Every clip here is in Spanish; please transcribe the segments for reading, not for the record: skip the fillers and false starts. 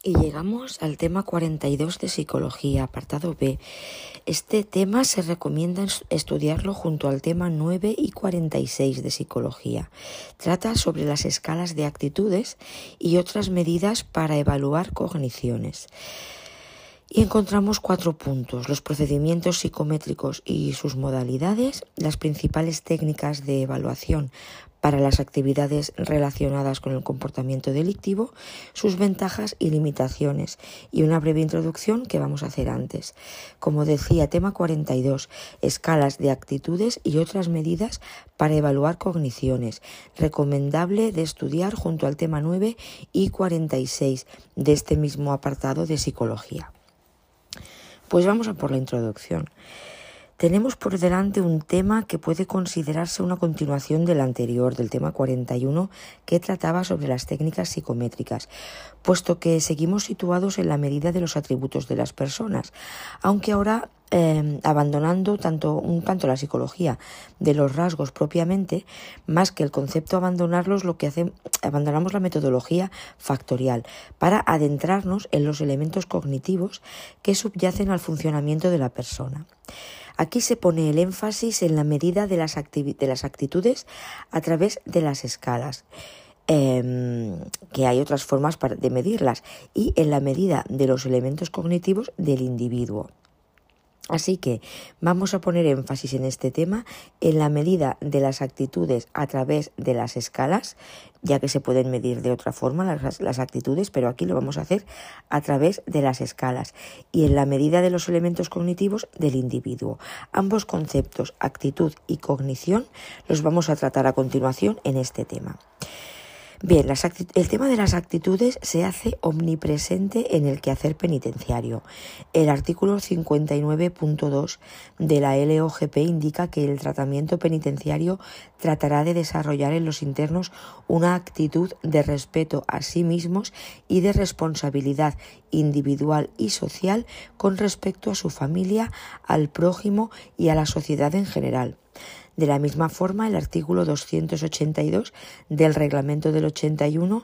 Y llegamos al tema 42 de Psicología, apartado B. Este tema se recomienda estudiarlo junto al tema 9 y 46 de Psicología. Trata sobre las escalas de actitudes y otras medidas para evaluar cogniciones. Y encontramos 4 puntos: los procedimientos psicométricos y sus modalidades, las principales técnicas de evaluación para las actividades relacionadas con el comportamiento delictivo, sus ventajas y limitaciones, y una breve introducción que vamos a hacer antes. Como decía, tema 42, escalas de actitudes y otras medidas para evaluar cogniciones, recomendable de estudiar junto al tema 9 y 46 de este mismo apartado de Psicología. Pues vamos a por la introducción. Tenemos por delante un tema que puede considerarse una continuación del anterior, del tema 41, que trataba sobre las técnicas psicométricas, puesto que seguimos situados en la medida de los atributos de las personas, aunque ahora abandonando tanto la psicología de los rasgos propiamente, más que el concepto abandonarlos, abandonamos la metodología factorial para adentrarnos en los elementos cognitivos que subyacen al funcionamiento de la persona. Aquí se pone el énfasis en la medida de las actitudes a través de las escalas, que hay otras formas de medirlas, y en la medida de los elementos cognitivos del individuo. Así que vamos a poner énfasis en este tema, en la medida de las actitudes a través de las escalas, ya que se pueden medir de otra forma las actitudes, pero aquí lo vamos a hacer a través de las escalas, y en la medida de los elementos cognitivos del individuo. Ambos conceptos, actitud y cognición, los vamos a tratar a continuación en este tema. Bien, el tema de las actitudes se hace omnipresente en el quehacer penitenciario. El artículo 59.2 de la LOGP indica que el tratamiento penitenciario tratará de desarrollar en los internos una actitud de respeto a sí mismos y de responsabilidad individual y social con respecto a su familia, al prójimo y a la sociedad en general. De la misma forma, el artículo 282 del Reglamento del 81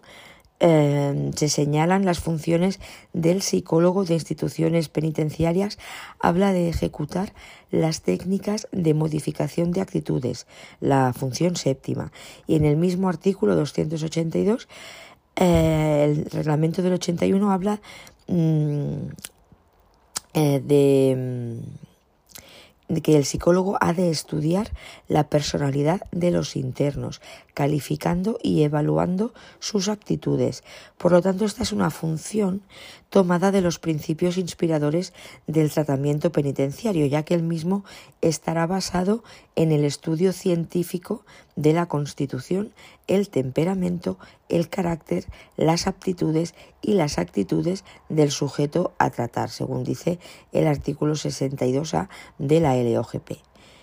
se señalan las funciones del psicólogo de instituciones penitenciarias. Habla de ejecutar las técnicas de modificación de actitudes, la función séptima. Y en el mismo artículo 282, el Reglamento del 81 habla de que el psicólogo ha de estudiar la personalidad de los internos, calificando y evaluando sus actitudes. Por lo tanto, esta es una función tomada de los principios inspiradores del tratamiento penitenciario, ya que el mismo estará basado en el estudio científico de la constitución, el temperamento, el carácter, las aptitudes y las actitudes del sujeto a tratar, según dice el artículo 62A de la LOGP.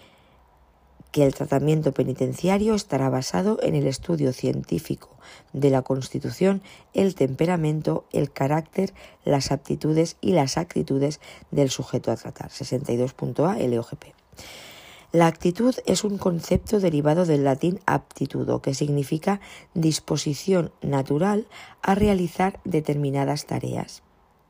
Que el tratamiento penitenciario estará basado en el estudio científico de la Constitución, el temperamento, el carácter, las aptitudes y las actitudes del sujeto a tratar. 62.A LOGP. La actitud es un concepto derivado del latín aptitudo, que significa disposición natural a realizar determinadas tareas,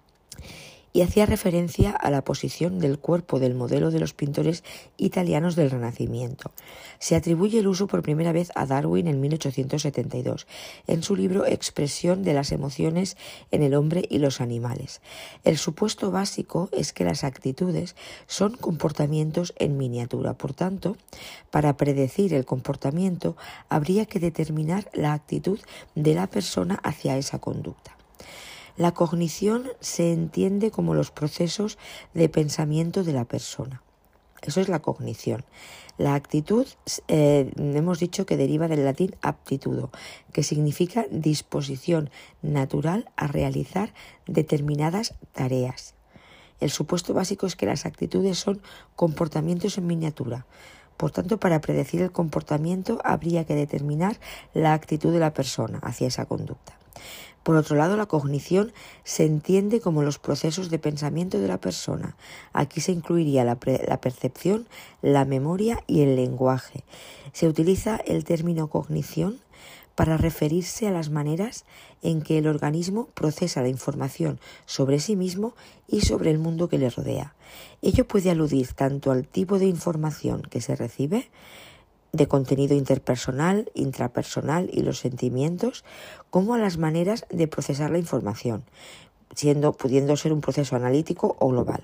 y hacía referencia a la posición del cuerpo del modelo de los pintores italianos del Renacimiento. Se atribuye el uso por primera vez a Darwin en 1872, en su libro Expresión de las emociones en el hombre y los animales. El supuesto básico es que las actitudes son comportamientos en miniatura. Por tanto, para predecir el comportamiento habría que determinar la actitud de la persona hacia esa conducta. La cognición se entiende como los procesos de pensamiento de la persona. Eso es la cognición. La actitud, hemos dicho que deriva del latín aptitudo, que significa disposición natural a realizar determinadas tareas. El supuesto básico es que las actitudes son comportamientos en miniatura. Por tanto, para predecir el comportamiento habría que determinar la actitud de la persona hacia esa conducta. Por otro lado, la cognición se entiende como los procesos de pensamiento de la persona. Aquí se incluiría la percepción, la memoria y el lenguaje. Se utiliza el término cognición para referirse a las maneras en que el organismo procesa la información sobre sí mismo y sobre el mundo que le rodea. Ello puede aludir tanto al tipo de información que se recibe, de contenido interpersonal, intrapersonal y los sentimientos, como a las maneras de procesar la información, pudiendo ser un proceso analítico o global.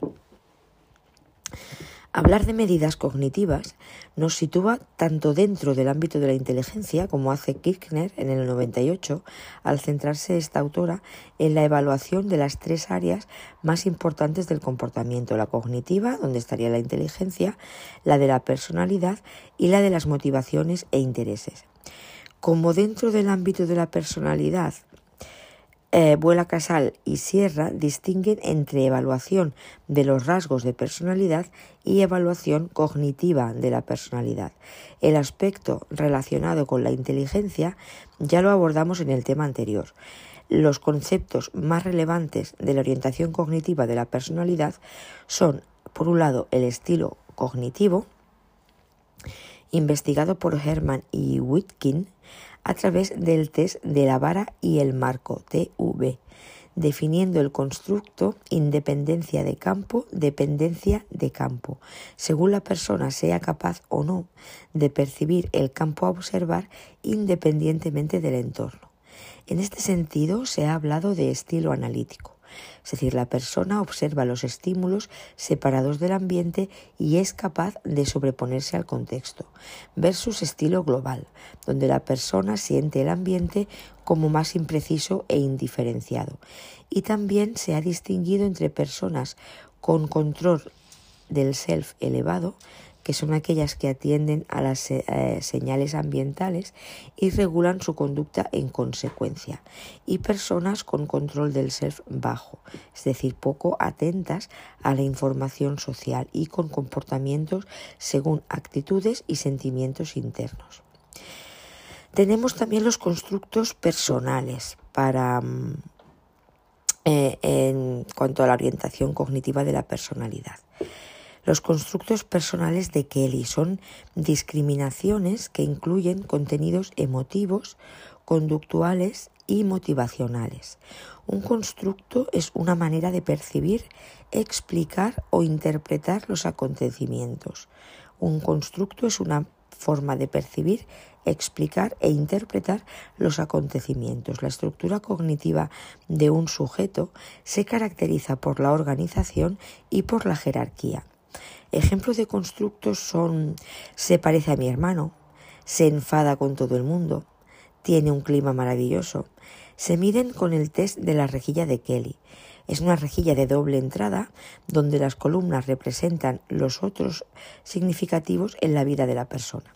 Hablar de medidas cognitivas nos sitúa tanto dentro del ámbito de la inteligencia, como hace Kirchner en el 98, al centrarse esta autora en la evaluación de las 3 áreas más importantes del comportamiento: la cognitiva, donde estaría la inteligencia, la de la personalidad y la de las motivaciones e intereses. Como dentro del ámbito de la personalidad, Buela Casal y Sierra distinguen entre evaluación de los rasgos de personalidad y evaluación cognitiva de la personalidad. El aspecto relacionado con la inteligencia ya lo abordamos en el tema anterior. Los conceptos más relevantes de la orientación cognitiva de la personalidad son, por un lado, el estilo cognitivo, investigado por Herman y Witkin a través del test de la vara y el marco, TV, definiendo el constructo independencia de campo, dependencia de campo, según la persona sea capaz o no de percibir el campo a observar independientemente del entorno. En este sentido se ha hablado de estilo analítico. Es decir, la persona observa los estímulos separados del ambiente y es capaz de sobreponerse al contexto, versus estilo global, donde la persona siente el ambiente como más impreciso e indiferenciado. Y también se ha distinguido entre personas con control del self elevado, que son aquellas que atienden a las señales ambientales y regulan su conducta en consecuencia, y personas con control del self bajo, es decir, poco atentas a la información social y con comportamientos según actitudes y sentimientos internos. Tenemos también los constructos personales en cuanto a la orientación cognitiva de la personalidad. Los constructos personales de Kelly son discriminaciones que incluyen contenidos emotivos, conductuales y motivacionales. Un constructo es una manera de percibir, explicar o interpretar los acontecimientos. Un constructo es una forma de percibir, explicar e interpretar los acontecimientos. La estructura cognitiva de un sujeto se caracteriza por la organización y por la jerarquía. Ejemplos de constructos son: se parece a mi hermano, se enfada con todo el mundo, tiene un clima maravilloso. Se miden con el test de la rejilla de Kelly. Es una rejilla de doble entrada donde las columnas representan los otros significativos en la vida de la persona.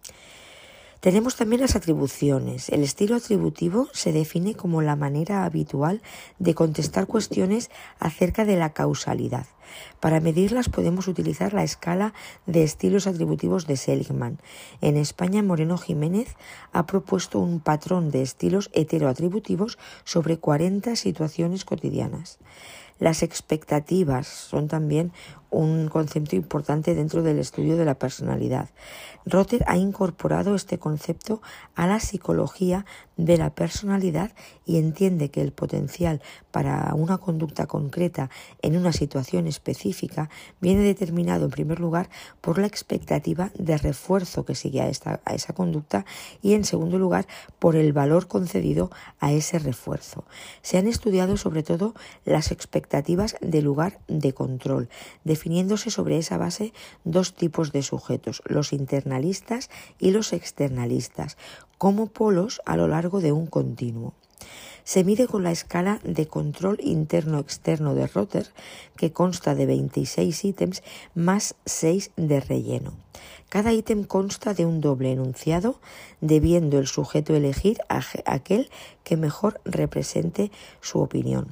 Tenemos también las atribuciones. El estilo atributivo se define como la manera habitual de contestar cuestiones acerca de la causalidad. Para medirlas podemos utilizar la escala de estilos atributivos de Seligman. En España, Moreno Jiménez ha propuesto un patrón de estilos heteroatributivos sobre 40 situaciones cotidianas. Las expectativas son también un concepto importante dentro del estudio de la personalidad. Rother ha incorporado este concepto a la psicología de la personalidad y entiende que el potencial para una conducta concreta en una situación específica viene determinado en primer lugar por la expectativa de refuerzo que sigue a esa conducta y en segundo lugar por el valor concedido a ese refuerzo. Se han estudiado sobre todo las expectativas de lugar de control, definiéndose sobre esa base 2 tipos de sujetos, los internalistas y los externalistas, como polos a lo largo de un continuo. Se mide con la escala de control interno-externo de Rother, que consta de 26 ítems más 6 de relleno. Cada ítem consta de un doble enunciado, debiendo el sujeto elegir aquel que mejor represente su opinión.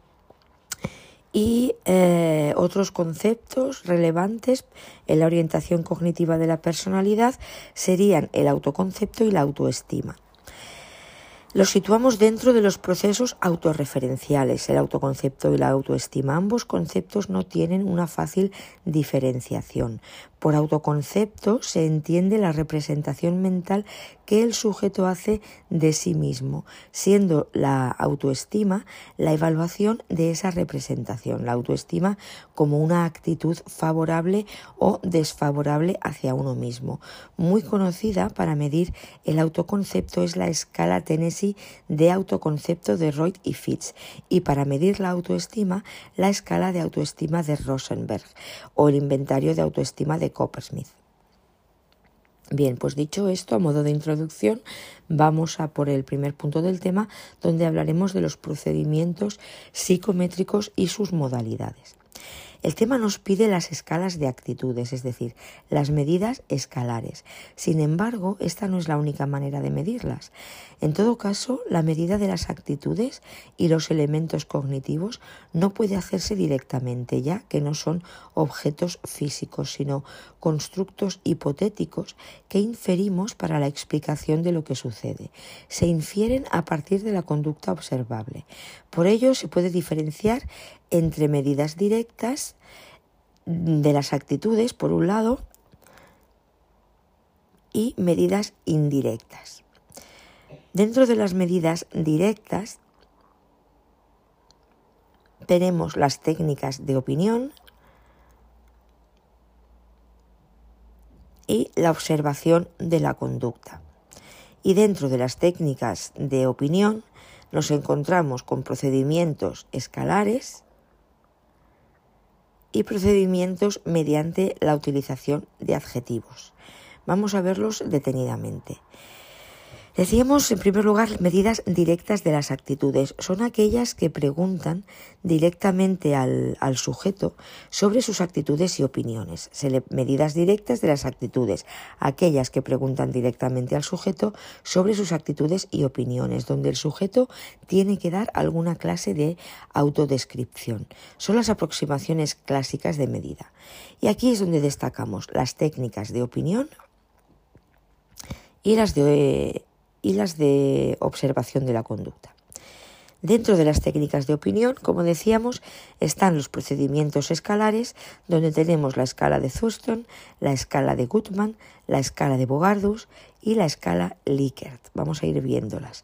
Y otros conceptos relevantes en la orientación cognitiva de la personalidad serían el autoconcepto y la autoestima. Los situamos dentro de los procesos autorreferenciales, el autoconcepto y la autoestima. Ambos conceptos no tienen una fácil diferenciación. Por autoconcepto se entiende la representación mental que el sujeto hace de sí mismo, siendo la autoestima la evaluación de esa representación, la autoestima como una actitud favorable o desfavorable hacia uno mismo. Muy conocida para medir el autoconcepto es la escala Tennessee de autoconcepto de Royd y Fitz, y para medir la autoestima, la escala de autoestima de Rosenberg o el inventario de autoestima de Coppersmith. Bien, pues dicho esto, a modo de introducción, vamos a por el primer punto del tema, donde hablaremos de los procedimientos psicométricos y sus modalidades. El tema nos pide las escalas de actitudes, es decir, las medidas escalares. Sin embargo, esta no es la única manera de medirlas. En todo caso, la medida de las actitudes y los elementos cognitivos no puede hacerse directamente, ya que no son objetos físicos, sino constructos hipotéticos que inferimos para la explicación de lo que sucede. Se infieren a partir de la conducta observable. Por ello, se puede diferenciar entre medidas directas de las actitudes, por un lado, y medidas indirectas. Dentro de las medidas directas tenemos las técnicas de opinión y la observación de la conducta. Y dentro de las técnicas de opinión nos encontramos con procedimientos escalares y procedimientos mediante la utilización de adjetivos. Vamos a verlos detenidamente. Decíamos, en primer lugar, medidas directas de las actitudes. Son aquellas que preguntan directamente al sujeto sobre sus actitudes y opiniones. Medidas directas de las actitudes, aquellas que preguntan directamente al sujeto sobre sus actitudes y opiniones, donde el sujeto tiene que dar alguna clase de autodescripción. Son las aproximaciones clásicas de medida. Y aquí es donde destacamos las técnicas de opinión y las de observación de la conducta. Dentro de las técnicas de opinión, como decíamos, están los procedimientos escalares, donde tenemos la escala de Thurston, la escala de Gutmann, la escala de Bogardus y la escala Likert. Vamos a ir viéndolas.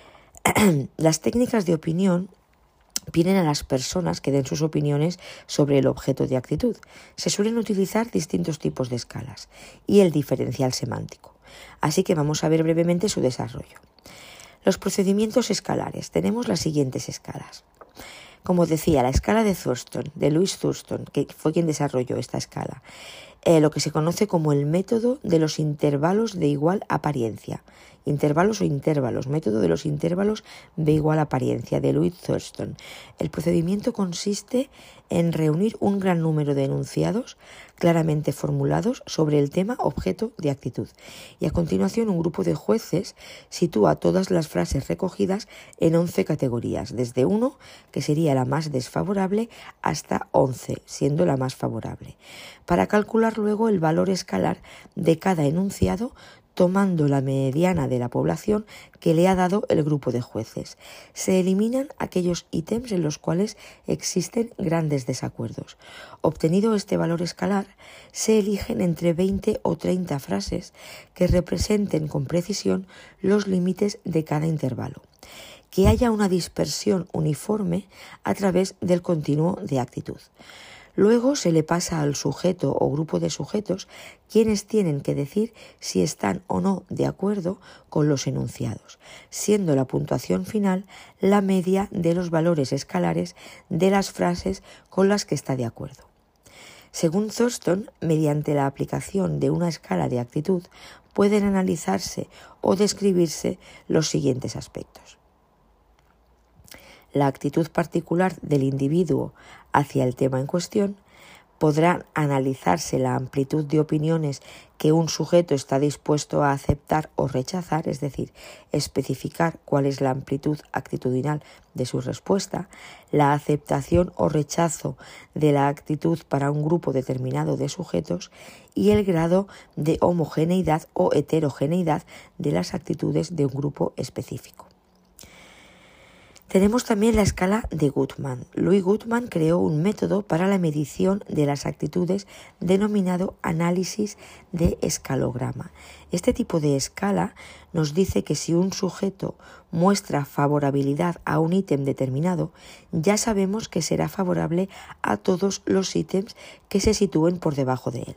Las técnicas de opinión piden a las personas que den sus opiniones sobre el objeto de actitud. Se suelen utilizar distintos tipos de escalas y el diferencial semántico. Así que vamos a ver brevemente su desarrollo. Los procedimientos escalares. Tenemos las siguientes escalas. Como decía, la escala de Thurston, de Louis Thurston, que fue quien desarrolló esta escala, lo que se conoce como el método de los intervalos de igual apariencia. Intervalos o intervalos, método de los intervalos de igual apariencia, de Louis Thurston. El procedimiento consiste en reunir un gran número de enunciados claramente formulados sobre el tema objeto de actitud. Y a continuación un grupo de jueces sitúa todas las frases recogidas en 11 categorías, desde 1, que sería la más desfavorable, hasta 11, siendo la más favorable, para calcular luego el valor escalar de cada enunciado, tomando la mediana de la población que le ha dado el grupo de jueces. Se eliminan aquellos ítems en los cuales existen grandes desacuerdos. Obtenido este valor escalar, se eligen entre 20 o 30 frases que representen con precisión los límites de cada intervalo. Que haya una dispersión uniforme a través del continuo de actitud. Luego se le pasa al sujeto o grupo de sujetos quienes tienen que decir si están o no de acuerdo con los enunciados, siendo la puntuación final la media de los valores escalares de las frases con las que está de acuerdo. Según Thurston, mediante la aplicación de una escala de actitud pueden analizarse o describirse los siguientes aspectos. La actitud particular del individuo hacia el tema en cuestión, podrá analizarse la amplitud de opiniones que un sujeto está dispuesto a aceptar o rechazar, es decir, especificar cuál es la amplitud actitudinal de su respuesta, la aceptación o rechazo de la actitud para un grupo determinado de sujetos y el grado de homogeneidad o heterogeneidad de las actitudes de un grupo específico. Tenemos también la escala de Goodman. Louis Goodman creó un método para la medición de las actitudes denominado análisis de escalograma. Este tipo de escala nos dice que si un sujeto muestra favorabilidad a un ítem determinado, ya sabemos que será favorable a todos los ítems que se sitúen por debajo de él.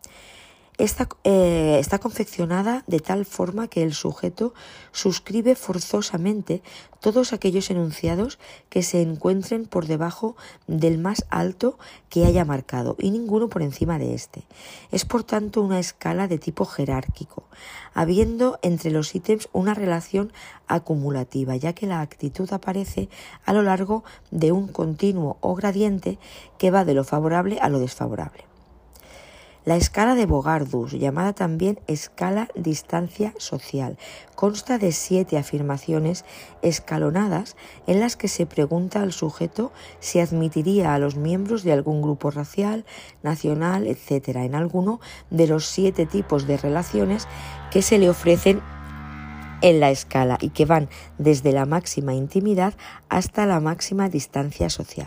Está confeccionada de tal forma que el sujeto suscribe forzosamente todos aquellos enunciados que se encuentren por debajo del más alto que haya marcado y ninguno por encima de este. Es por tanto una escala de tipo jerárquico, habiendo entre los ítems una relación acumulativa, ya que la actitud aparece a lo largo de un continuo o gradiente que va de lo favorable a lo desfavorable. La escala de Bogardus, llamada también escala distancia social, consta de 7 afirmaciones escalonadas en las que se pregunta al sujeto si admitiría a los miembros de algún grupo racial, nacional, etc. en alguno de los 7 tipos de relaciones que se le ofrecen en la escala y que van desde la máxima intimidad hasta la máxima distancia social.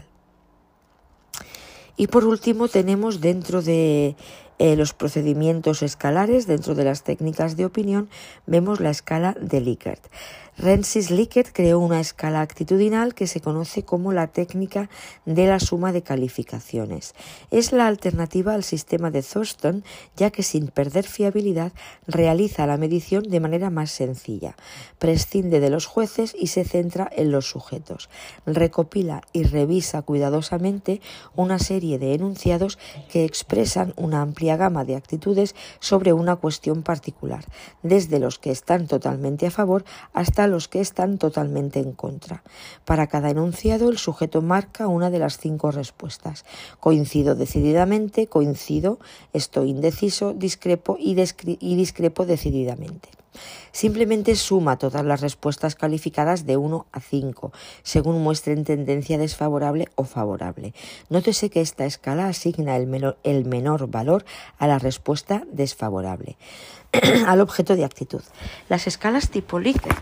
Y por último tenemos dentro de los procedimientos escalares, dentro de las técnicas de opinión, vemos la escala de Likert. Rensis Likert creó una escala actitudinal que se conoce como la técnica de la suma de calificaciones. Es la alternativa al sistema de Thurston, ya que sin perder fiabilidad realiza la medición de manera más sencilla, prescinde de los jueces y se centra en los sujetos. Recopila y revisa cuidadosamente una serie de enunciados que expresan una amplia gama de actitudes sobre una cuestión particular, desde los que están totalmente a favor hasta los que están totalmente en contra. Para cada enunciado, el sujeto marca una de las 5 respuestas. Coincido decididamente, coincido, estoy indeciso, discrepo y discrepo decididamente. Simplemente suma todas las respuestas calificadas de 1 a 5, según muestren tendencia desfavorable o favorable. Nótese que esta escala asigna el menor valor a la respuesta desfavorable, al objeto de actitud. Las escalas tipo Likert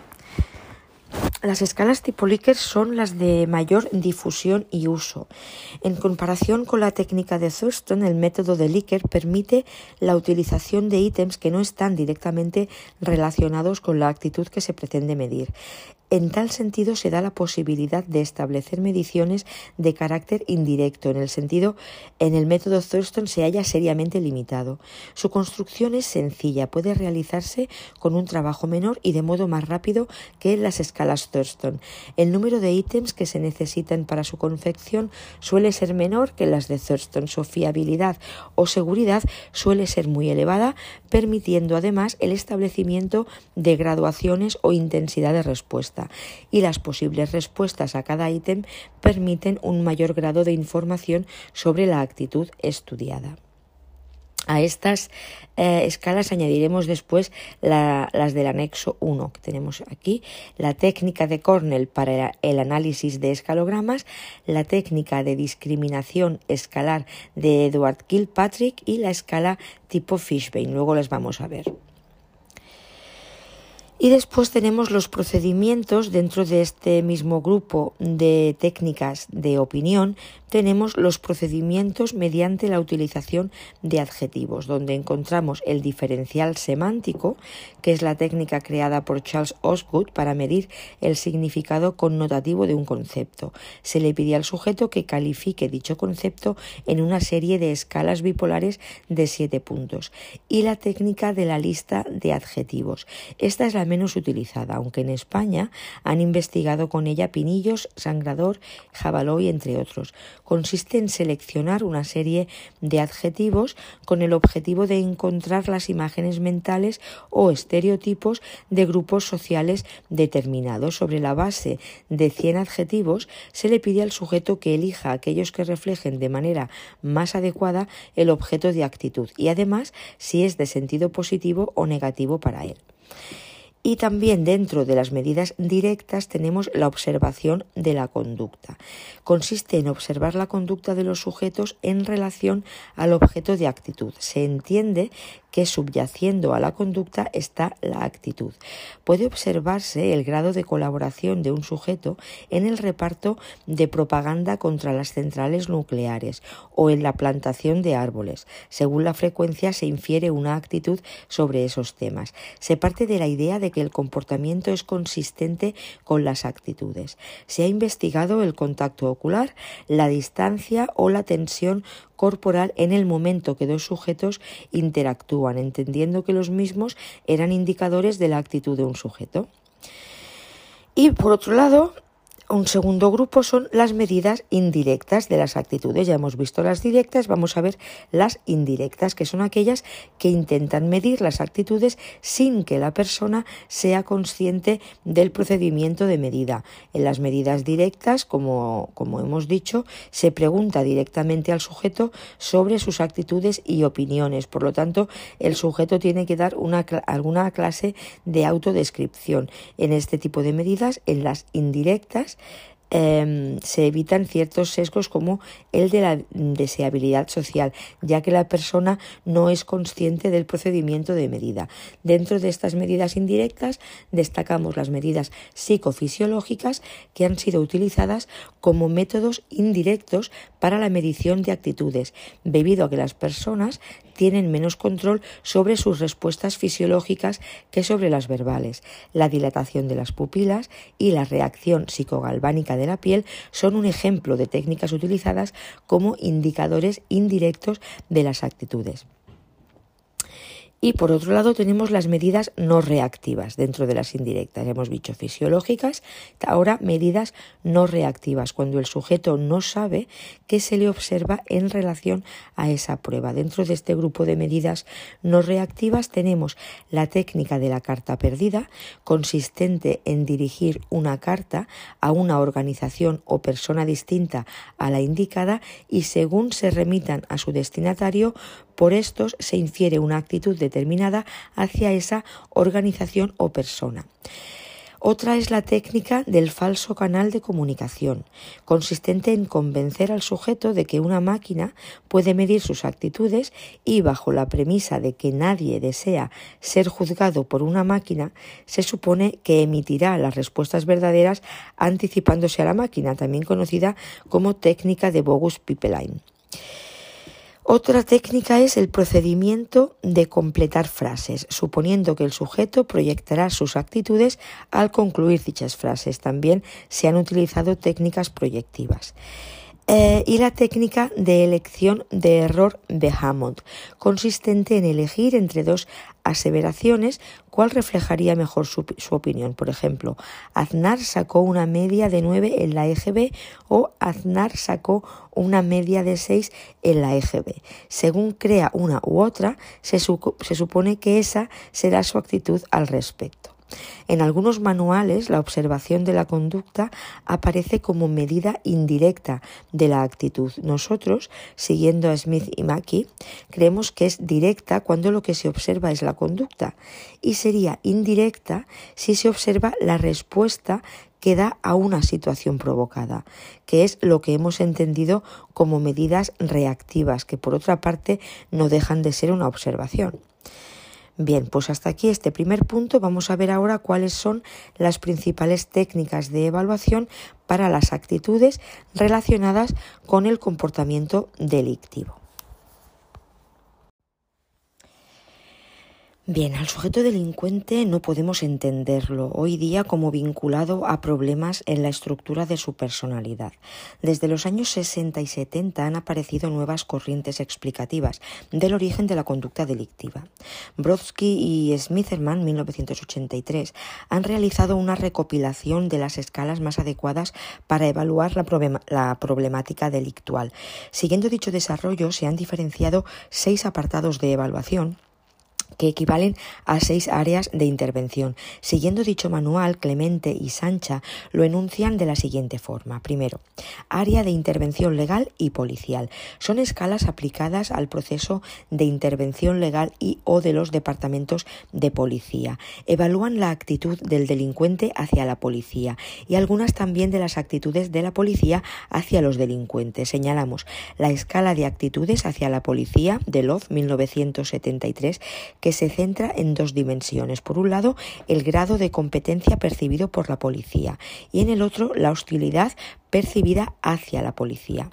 son las de mayor difusión y uso. En comparación con la técnica de Thurston, el método de Likert permite la utilización de ítems que no están directamente relacionados con la actitud que se pretende medir. En tal sentido, se da la posibilidad de establecer mediciones de carácter indirecto. En el método Thurston se halla seriamente limitado. Su construcción es sencilla, puede realizarse con un trabajo menor y de modo más rápido que en las escalas Thurston. El número de ítems que se necesitan para su confección suele ser menor que las de Thurston. Su fiabilidad o seguridad suele ser muy elevada, permitiendo además el establecimiento de graduaciones o intensidad de respuesta. Y las posibles respuestas a cada ítem permiten un mayor grado de información sobre la actitud estudiada. A estas escalas añadiremos después las del anexo 1 que tenemos aquí, la técnica de Cornell para el análisis de escalogramas, la técnica de discriminación escalar de Edward Kilpatrick y la escala tipo Fishbane. Luego las vamos a ver. Y después tenemos los procedimientos dentro de este mismo grupo de técnicas de opinión. Tenemos los procedimientos mediante la utilización de adjetivos, donde encontramos el diferencial semántico, que es la técnica creada por Charles Osgood para medir el significado connotativo de un concepto. Se le pide al sujeto que califique dicho concepto en una serie de escalas bipolares de 7 puntos. Y la técnica de la lista de adjetivos. Esta es la menos utilizada, aunque en España han investigado con ella Pinillos, Sangrador, Jabaloy, entre otros. Consiste en seleccionar una serie de adjetivos con el objetivo de encontrar las imágenes mentales o estereotipos de grupos sociales determinados. Sobre la base de 100 adjetivos, se le pide al sujeto que elija aquellos que reflejen de manera más adecuada el objeto de actitud y además si es de sentido positivo o negativo para él. Y también dentro de las medidas directas tenemos la observación de la conducta. Consiste en observar la conducta de los sujetos en relación al objeto de actitud. Se entiende que subyaciendo a la conducta está la actitud. Puede observarse el grado de colaboración de un sujeto en el reparto de propaganda contra las centrales nucleares o en la plantación de árboles. Según la frecuencia se infiere una actitud sobre esos temas. Se parte de la idea de que el comportamiento es consistente con las actitudes. Se ha investigado el contacto ocular, la distancia o la tensión corporal en el momento que dos sujetos interactúan, entendiendo que los mismos eran indicadores de la actitud de un sujeto. Y por otro lado, un segundo grupo son las medidas indirectas de las actitudes. Ya hemos visto las directas, vamos a ver las indirectas, que son aquellas que intentan medir las actitudes sin que la persona sea consciente del procedimiento de medida. En las medidas directas, como hemos dicho, se pregunta directamente al sujeto sobre sus actitudes y opiniones. Por lo tanto, el sujeto tiene que dar alguna clase de autodescripción. En este tipo de medidas, en las indirectas, se evitan ciertos sesgos como el de la deseabilidad social, ya que la persona no es consciente del procedimiento de medida. Dentro de estas medidas indirectas destacamos las medidas psicofisiológicas que han sido utilizadas como métodos indirectos para la medición de actitudes, debido a que las personas tienen menos control sobre sus respuestas fisiológicas que sobre las verbales. La dilatación de las pupilas y la reacción psicogalvánica de la piel son un ejemplo de técnicas utilizadas como indicadores indirectos de las actitudes. Y por otro lado tenemos las medidas no reactivas dentro de las indirectas. Hemos dicho fisiológicas, ahora medidas no reactivas, cuando el sujeto no sabe qué se le observa en relación a esa prueba. Dentro de este grupo de medidas no reactivas tenemos la técnica de la carta perdida, consistente en dirigir una carta a una organización o persona distinta a la indicada y según se remitan a su destinatario, por estos se infiere una actitud determinada hacia esa organización o persona. Otra es la técnica del falso canal de comunicación, consistente en convencer al sujeto de que una máquina puede medir sus actitudes y, bajo la premisa de que nadie desea ser juzgado por una máquina, se supone que emitirá las respuestas verdaderas anticipándose a la máquina, también conocida como técnica de Bogus Pipeline. Otra técnica es el procedimiento de completar frases, suponiendo que el sujeto proyectará sus actitudes al concluir dichas frases. También se han utilizado técnicas proyectivas. Y la técnica de elección de error de Hammond, consistente en elegir entre dos aseveraciones cuál reflejaría mejor su opinión. Por ejemplo, Aznar sacó una media de 9 en la EGB o Aznar sacó una media de 6 en la EGB. Según crea una u otra, se supone que esa será su actitud al respecto. En algunos manuales, la observación de la conducta aparece como medida indirecta de la actitud. Nosotros, siguiendo a Smith y Mackey, creemos que es directa cuando lo que se observa es la conducta y sería indirecta si se observa la respuesta que da a una situación provocada, que es lo que hemos entendido como medidas reactivas, que por otra parte no dejan de ser una observación. Bien, pues hasta aquí este primer punto. Vamos a ver ahora cuáles son las principales técnicas de evaluación para las actitudes relacionadas con el comportamiento delictivo. Bien, al sujeto delincuente no podemos entenderlo hoy día como vinculado a problemas en la estructura de su personalidad. Desde los años 60 y 70 han aparecido nuevas corrientes explicativas del origen de la conducta delictiva. Brodsky y Smitherman, 1983, han realizado una recopilación de las escalas más adecuadas para evaluar la problemática delictual. Siguiendo dicho desarrollo, se han diferenciado 6 apartados de evaluación que equivalen a 6 áreas de intervención. Siguiendo dicho manual, Clemente y Sancha lo enuncian de la siguiente forma. Primero, área de intervención legal y policial. Son escalas aplicadas al proceso de intervención legal y o de los departamentos de policía. Evalúan la actitud del delincuente hacia la policía y algunas también de las actitudes de la policía hacia los delincuentes. Señalamos la escala de actitudes hacia la policía de Love 1973, que se centra en dos dimensiones. Por un lado, el grado de competencia percibido por la policía y en el otro, la hostilidad percibida hacia la policía.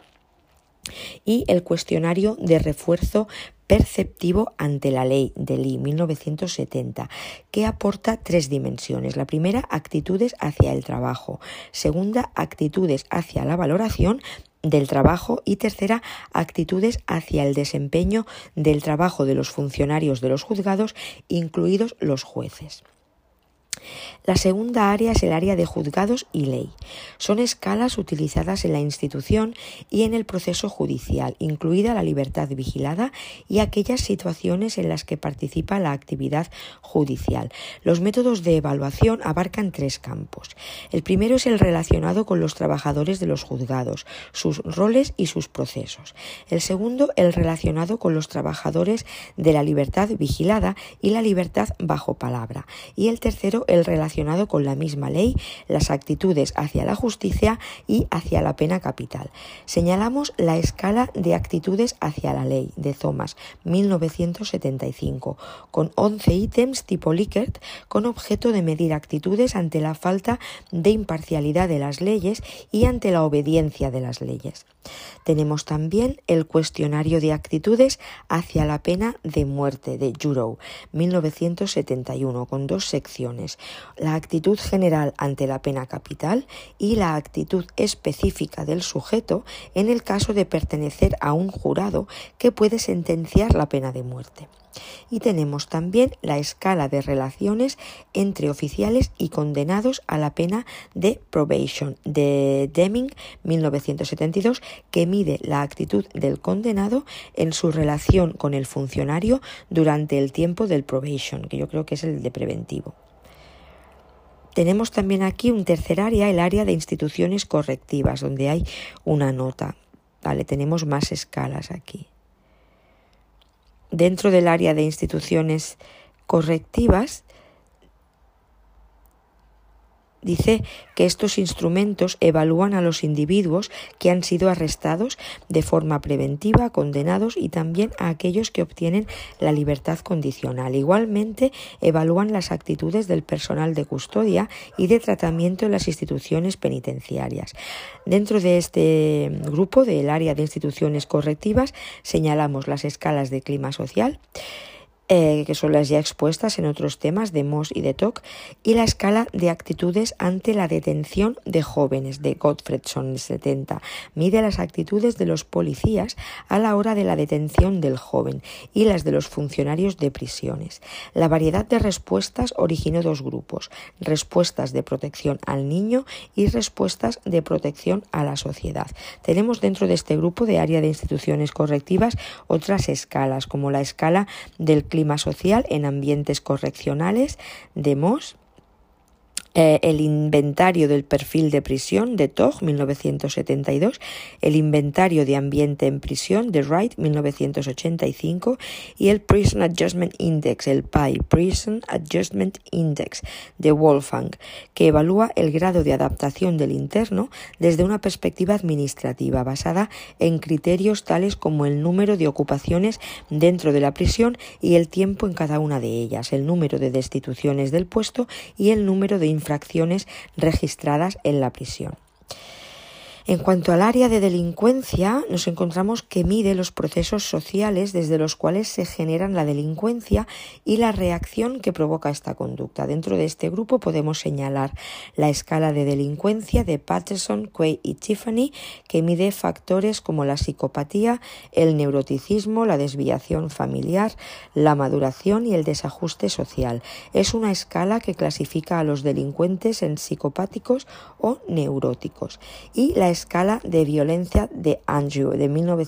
Y el cuestionario de refuerzo perceptivo ante la ley de Lee 1970, que aporta tres dimensiones. La primera, actitudes hacia el trabajo. Segunda, actitudes hacia la valoración del trabajo y tercera, actitudes hacia el desempeño del trabajo de los funcionarios de los juzgados, incluidos los jueces. La segunda área es el área de juzgados y ley. Son escalas utilizadas en la institución y en el proceso judicial, incluida la libertad vigilada y aquellas situaciones en las que participa la actividad judicial. Los métodos de evaluación abarcan tres campos. El primero es el relacionado con los trabajadores de los juzgados, sus roles y sus procesos. El segundo, el relacionado con los trabajadores de la libertad vigilada y la libertad bajo palabra. Y el tercero, el relacionado con la misma ley, las actitudes hacia la justicia y hacia la pena capital. Señalamos la escala de actitudes hacia la ley de Thomas, 1975, con 11 ítems tipo Likert, con objeto de medir actitudes ante la falta de imparcialidad de las leyes y ante la obediencia de las leyes. Tenemos también el cuestionario de actitudes hacia la pena de muerte de Jurow, 1971, con dos secciones: la actitud general ante la pena capital y la actitud específica del sujeto en el caso de pertenecer a un jurado que puede sentenciar la pena de muerte. Y tenemos también la escala de relaciones entre oficiales y condenados a la pena de probation de Deming, 1972, que mide la actitud del condenado en su relación con el funcionario durante el tiempo del probation, que yo creo que es el de preventivo. Tenemos también aquí un tercer área, el área de instituciones correctivas, donde hay una nota. Vale, tenemos más escalas aquí. Dentro del área de instituciones correctivas, dice que estos instrumentos evalúan a los individuos que han sido arrestados de forma preventiva, condenados y también a aquellos que obtienen la libertad condicional. Igualmente, evalúan las actitudes del personal de custodia y de tratamiento en las instituciones penitenciarias. Dentro de este grupo del área de instituciones correctivas señalamos las escalas de clima social, que son las ya expuestas en otros temas de Moss y de Toc, y la escala de actitudes ante la detención de jóvenes de Gottfredson, 70. Mide las actitudes de los policías a la hora de la detención del joven y las de los funcionarios de prisiones. La variedad de respuestas originó dos grupos: respuestas de protección al niño y respuestas de protección a la sociedad. Tenemos dentro de este grupo de área de instituciones correctivas otras escalas, como la escala del clima social en ambientes correccionales de Moss, el inventario del perfil de prisión de Tog, 1972, el inventario de ambiente en prisión de Wright, 1985, y el Prison Adjustment Index, el PAI, Prison Adjustment Index, de Wolfgang, que evalúa el grado de adaptación del interno desde una perspectiva administrativa basada en criterios tales como el número de ocupaciones dentro de la prisión y el tiempo en cada una de ellas, el número de destituciones del puesto y el número de infracciones registradas en la prisión. En cuanto al área de delincuencia, nos encontramos que mide los procesos sociales desde los cuales se generan la delincuencia y la reacción que provoca esta conducta. Dentro de este grupo podemos señalar la escala de delincuencia de Patterson, Quay y Tiffany, que mide factores como la psicopatía, el neuroticismo, la desviación familiar, la maduración y el desajuste social. Es una escala que clasifica a los delincuentes en psicopáticos o neuróticos. Y la escala de violencia de Anjou de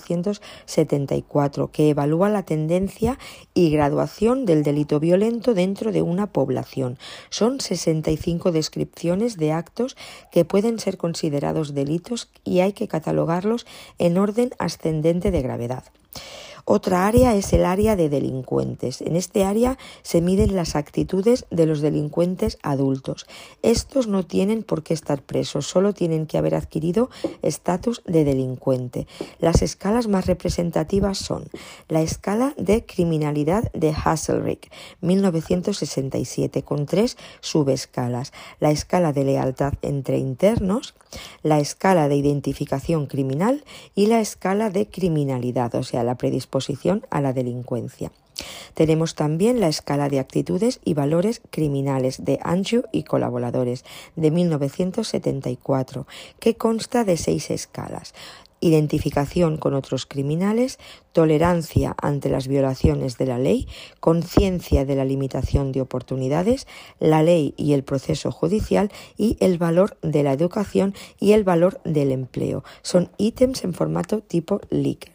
1974, que evalúa la tendencia y graduación del delito violento dentro de una población. Son 65 descripciones de actos que pueden ser considerados delitos y hay que catalogarlos en orden ascendente de gravedad. Otra área es el área de delincuentes. En este área se miden las actitudes de los delincuentes adultos. Estos no tienen por qué estar presos, solo tienen que haber adquirido estatus de delincuente. Las escalas más representativas son la escala de criminalidad de Hasselrig, 1967, con 3 subescalas, la escala de lealtad entre internos, la escala de identificación criminal y la escala de criminalidad, o sea, la predisposición a la delincuencia. Tenemos también la escala de actitudes y valores criminales de Anjou y colaboradores de 1974, que consta de 6 escalas. Identificación con otros criminales, tolerancia ante las violaciones de la ley, conciencia de la limitación de oportunidades, la ley y el proceso judicial y el valor de la educación y el valor del empleo. Son ítems en formato tipo Likert.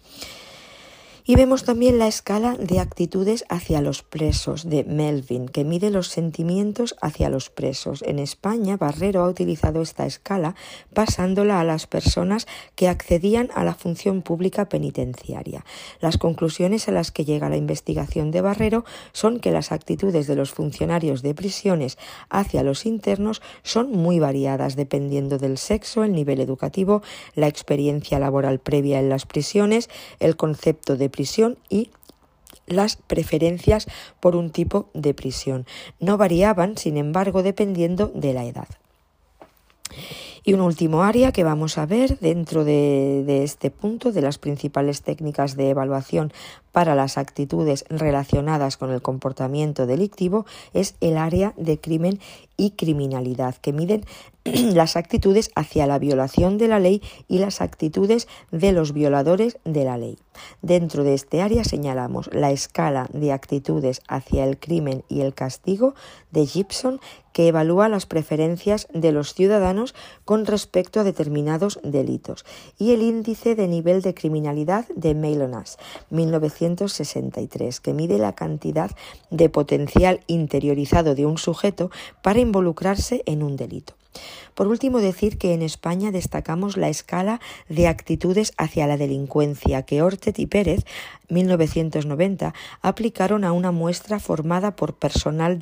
Y vemos también la escala de actitudes hacia los presos de Melvin, que mide los sentimientos hacia los presos. En España, Barrero ha utilizado esta escala pasándola a las personas que accedían a la función pública penitenciaria. Las conclusiones a las que llega la investigación de Barrero son que las actitudes de los funcionarios de prisiones hacia los internos son muy variadas dependiendo del sexo, el nivel educativo, la experiencia laboral previa en las prisiones, el concepto de prisión y las preferencias por un tipo de prisión. No variaban, sin embargo, dependiendo de la edad. Y un último área que vamos a ver dentro de este punto, de las principales técnicas de evaluación para las actitudes relacionadas con el comportamiento delictivo, es el área de crimen y criminalidad, que miden las actitudes hacia la violación de la ley y las actitudes de los violadores de la ley. Dentro de este área señalamos la escala de actitudes hacia el crimen y el castigo de Gibson, que evalúa las preferencias de los ciudadanos con respecto a determinados delitos, y el índice de nivel de criminalidad de Meilonas, 1963, que mide la cantidad de potencial interiorizado de un sujeto para involucrarse en un delito. Por último, decir que en España destacamos la escala de actitudes hacia la delincuencia que Ortet y Pérez, 1990, aplicaron a una muestra formada por personal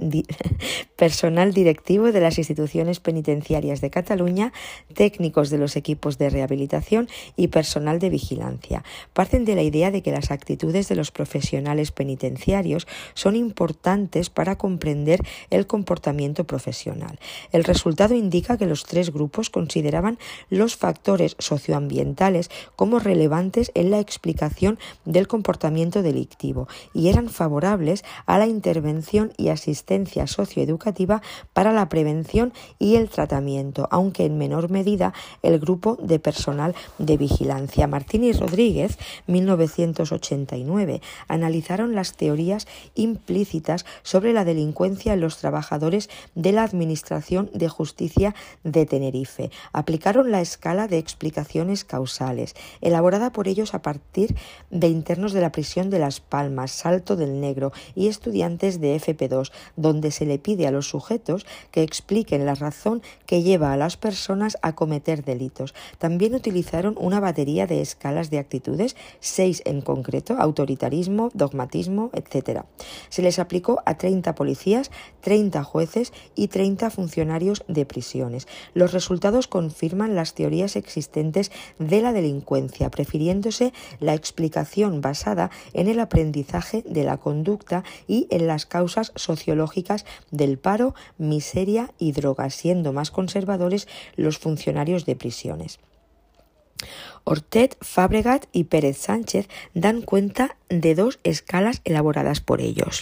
directivo de las instituciones penitenciarias de Cataluña, técnicos de los equipos de rehabilitación y personal de vigilancia. Parten de la idea de que las actitudes de los profesionales penitenciarios son importantes para comprender el comportamiento profesional. El resultado indica que los 3 grupos consideraban los factores socioambientales como relevantes en la explicación del comportamiento delictivo y eran favorables a la intervención y asistencia socioeducativa para la prevención y el tratamiento, aunque en menor medida el grupo de personal de vigilancia. Martín y Rodríguez, 1989, analizaron las teorías implícitas sobre la delincuencia en los trabajadores de la Administración de Justicia de Tenerife. Aplicaron la escala de explicaciones causales, elaborada por ellos a partir de internos de la prisión de Las Palmas, Salto del Negro y estudiantes de FP2, donde se le pide a los sujetos que expliquen la razón que lleva a las personas a cometer delitos. También utilizaron una batería de escalas de actitudes, 6 en concreto: autoritarismo, dogmatismo, etc. Se les aplicó a 30 policías, 30 jueces y 30 funcionarios de prisiones. Los resultados confirman las teorías existentes de la delincuencia, prefiriéndose la explicación basada en el aprendizaje de la conducta y en las causas sociológicas del paro, miseria y drogas, siendo más conservadores los funcionarios de prisiones. Ortet, Fabregat y Pérez Sánchez dan cuenta de 2 escalas elaboradas por ellos.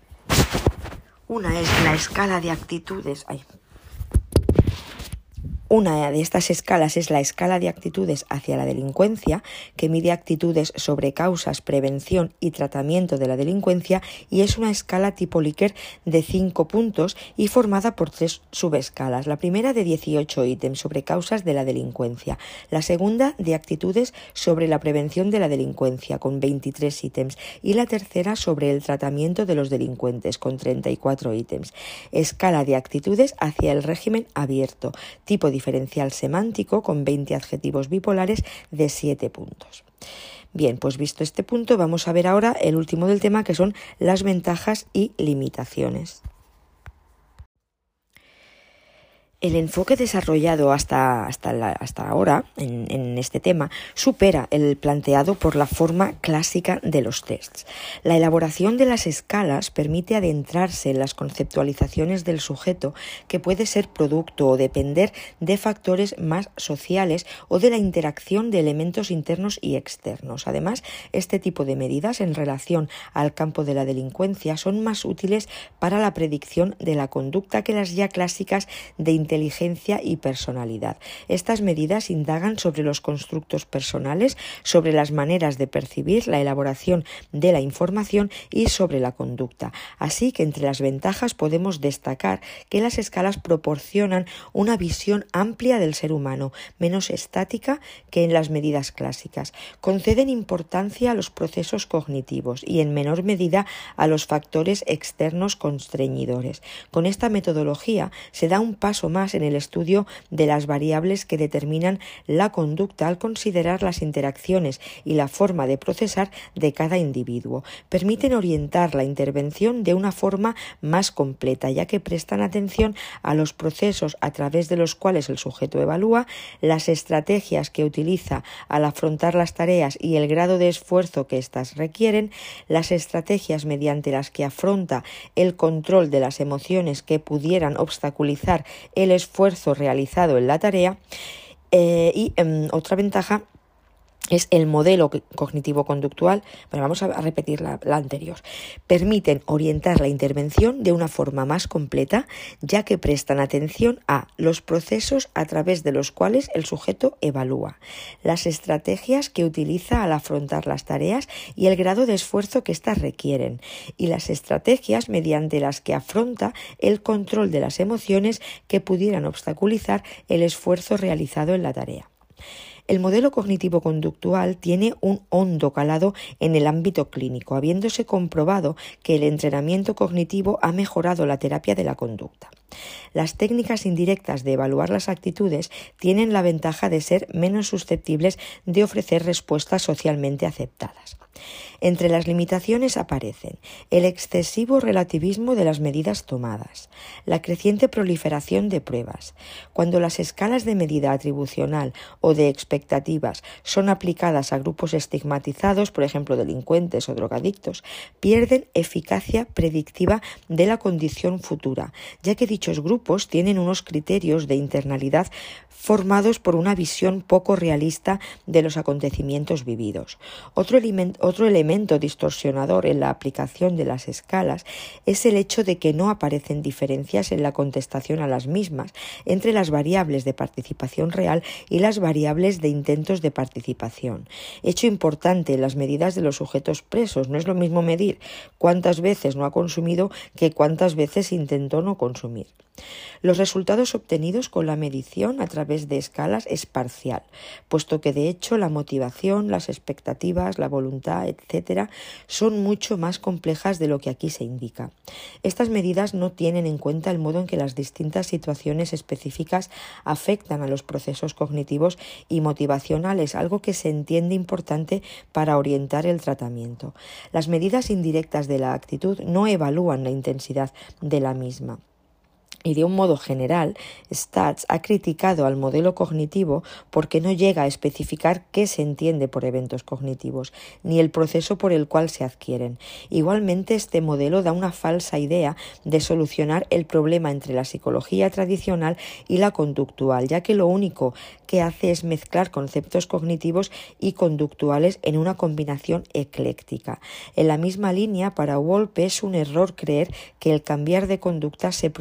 Una es la escala de actitudes. Una de estas escalas es la escala de actitudes hacia la delincuencia, que mide actitudes sobre causas, prevención y tratamiento de la delincuencia, y es una escala tipo Likert de 5 puntos y formada por 3 subescalas. La primera de 18 ítems sobre causas de la delincuencia, la segunda de actitudes sobre la prevención de la delincuencia con 23 ítems y la tercera sobre el tratamiento de los delincuentes con 34 ítems. Escala de actitudes hacia el régimen abierto, tipo diferencial semántico con 20 adjetivos bipolares de 7 puntos. Bien, pues visto este punto, vamos a ver ahora el último del tema, que son las ventajas y limitaciones. El enfoque desarrollado hasta ahora en este tema supera el planteado por la forma clásica de los tests. La elaboración de las escalas permite adentrarse en las conceptualizaciones del sujeto, que puede ser producto o depender de factores más sociales o de la interacción de elementos internos y externos. Además, este tipo de medidas en relación al campo de la delincuencia son más útiles para la predicción de la conducta que las ya clásicas de inteligencia y personalidad. Estas medidas indagan sobre los constructos personales, sobre las maneras de percibir la elaboración de la información y sobre la conducta. Así que entre las ventajas podemos destacar que las escalas proporcionan una visión amplia del ser humano, menos estática que en las medidas clásicas. Conceden importancia a los procesos cognitivos y en menor medida a los factores externos constreñidores. Con esta metodología se da un paso más en el estudio de las variables que determinan la conducta al considerar las interacciones y la forma de procesar de cada individuo. Permiten orientar la intervención de una forma más completa, ya que prestan atención a los procesos a través de los cuales el sujeto evalúa, las estrategias que utiliza al afrontar las tareas y el grado de esfuerzo que éstas requieren, las estrategias mediante las que afronta el control de las emociones que pudieran obstaculizar el esfuerzo realizado en la tarea, otra ventaja es el modelo cognitivo-conductual. Bueno, vamos a repetir la anterior. Permiten orientar la intervención de una forma más completa, ya que prestan atención a los procesos a través de los cuales el sujeto evalúa, las estrategias que utiliza al afrontar las tareas y el grado de esfuerzo que éstas requieren, y las estrategias mediante las que afronta el control de las emociones que pudieran obstaculizar el esfuerzo realizado en la tarea. El modelo cognitivo-conductual tiene un hondo calado en el ámbito clínico, habiéndose comprobado que el entrenamiento cognitivo ha mejorado la terapia de la conducta. Las técnicas indirectas de evaluar las actitudes tienen la ventaja de ser menos susceptibles de ofrecer respuestas socialmente aceptadas. Entre las limitaciones aparecen el excesivo relativismo de las medidas tomadas, la creciente proliferación de pruebas. Cuando las escalas de medida atribucional o de expectativas son aplicadas a grupos estigmatizados, por ejemplo delincuentes o drogadictos, pierden eficacia predictiva de la condición futura, ya que dichos grupos tienen unos criterios de internalidad formados por una visión poco realista de los acontecimientos vividos. Otro elemento distorsionador en la aplicación de las escalas es el hecho de que no aparecen diferencias en la contestación a las mismas entre las variables de participación real y las variables de intentos de participación. Hecho importante en las medidas de los sujetos presos. No es lo mismo medir cuántas veces no ha consumido que cuántas veces intentó no consumir. Los resultados obtenidos con la medición a través de escalas es parcial, puesto que de hecho la motivación, las expectativas, la voluntad, etc., son mucho más complejas de lo que aquí se indica. Estas medidas no tienen en cuenta el modo en que las distintas situaciones específicas afectan a los procesos cognitivos y motivacionales, algo que se entiende importante para orientar el tratamiento. Las medidas indirectas de la actitud no evalúan la intensidad de la misma. Y de un modo general, Stats ha criticado al modelo cognitivo porque no llega a especificar qué se entiende por eventos cognitivos, ni el proceso por el cual se adquieren. Igualmente, este modelo da una falsa idea de solucionar el problema entre la psicología tradicional y la conductual, ya que lo único que hace es mezclar conceptos cognitivos y conductuales en una combinación ecléctica. En la misma línea, para Wolpe es un error creer que el cambiar de conducta se produce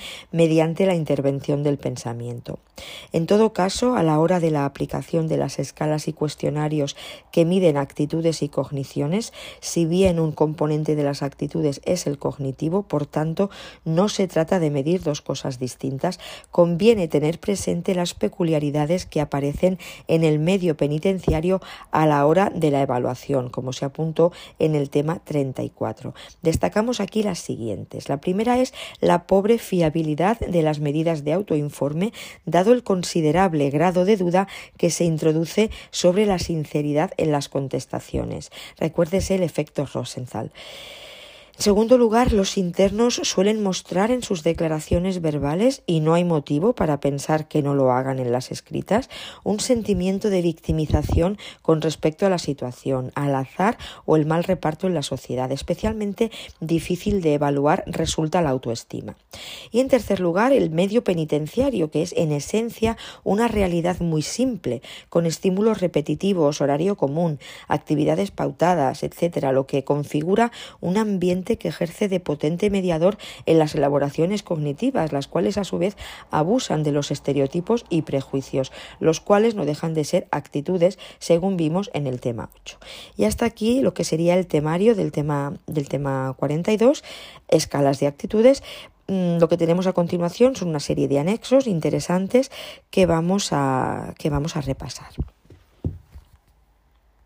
mediante la intervención del pensamiento. En todo caso, a la hora de la aplicación de las escalas y cuestionarios que miden actitudes y cogniciones, si bien un componente de las actitudes es el cognitivo, por tanto, no se trata de medir dos cosas distintas, conviene tener presente las peculiaridades que aparecen en el medio penitenciario a la hora de la evaluación, como se apuntó en el tema 34. Destacamos aquí las siguientes. La primera es la pobre fiabilidad de las medidas de autoinforme, dado el considerable grado de duda que se introduce sobre la sinceridad en las contestaciones. Recuérdese el efecto Rosenthal. En segundo lugar, los internos suelen mostrar en sus declaraciones verbales, y no hay motivo para pensar que no lo hagan en las escritas, un sentimiento de victimización con respecto a la situación, al azar o el mal reparto en la sociedad. Especialmente difícil de evaluar resulta la autoestima. Y en tercer lugar, el medio penitenciario, que es en esencia una realidad muy simple, con estímulos repetitivos, horario común, actividades pautadas, etcétera, lo que configura un ambiente que ejerce de potente mediador en las elaboraciones cognitivas, las cuales a su vez abusan de los estereotipos y prejuicios, los cuales no dejan de ser actitudes, según vimos en el tema 8. Y hasta aquí lo que sería el temario del tema 42, escalas de actitudes. Lo que tenemos a continuación son una serie de anexos interesantes que vamos a repasar.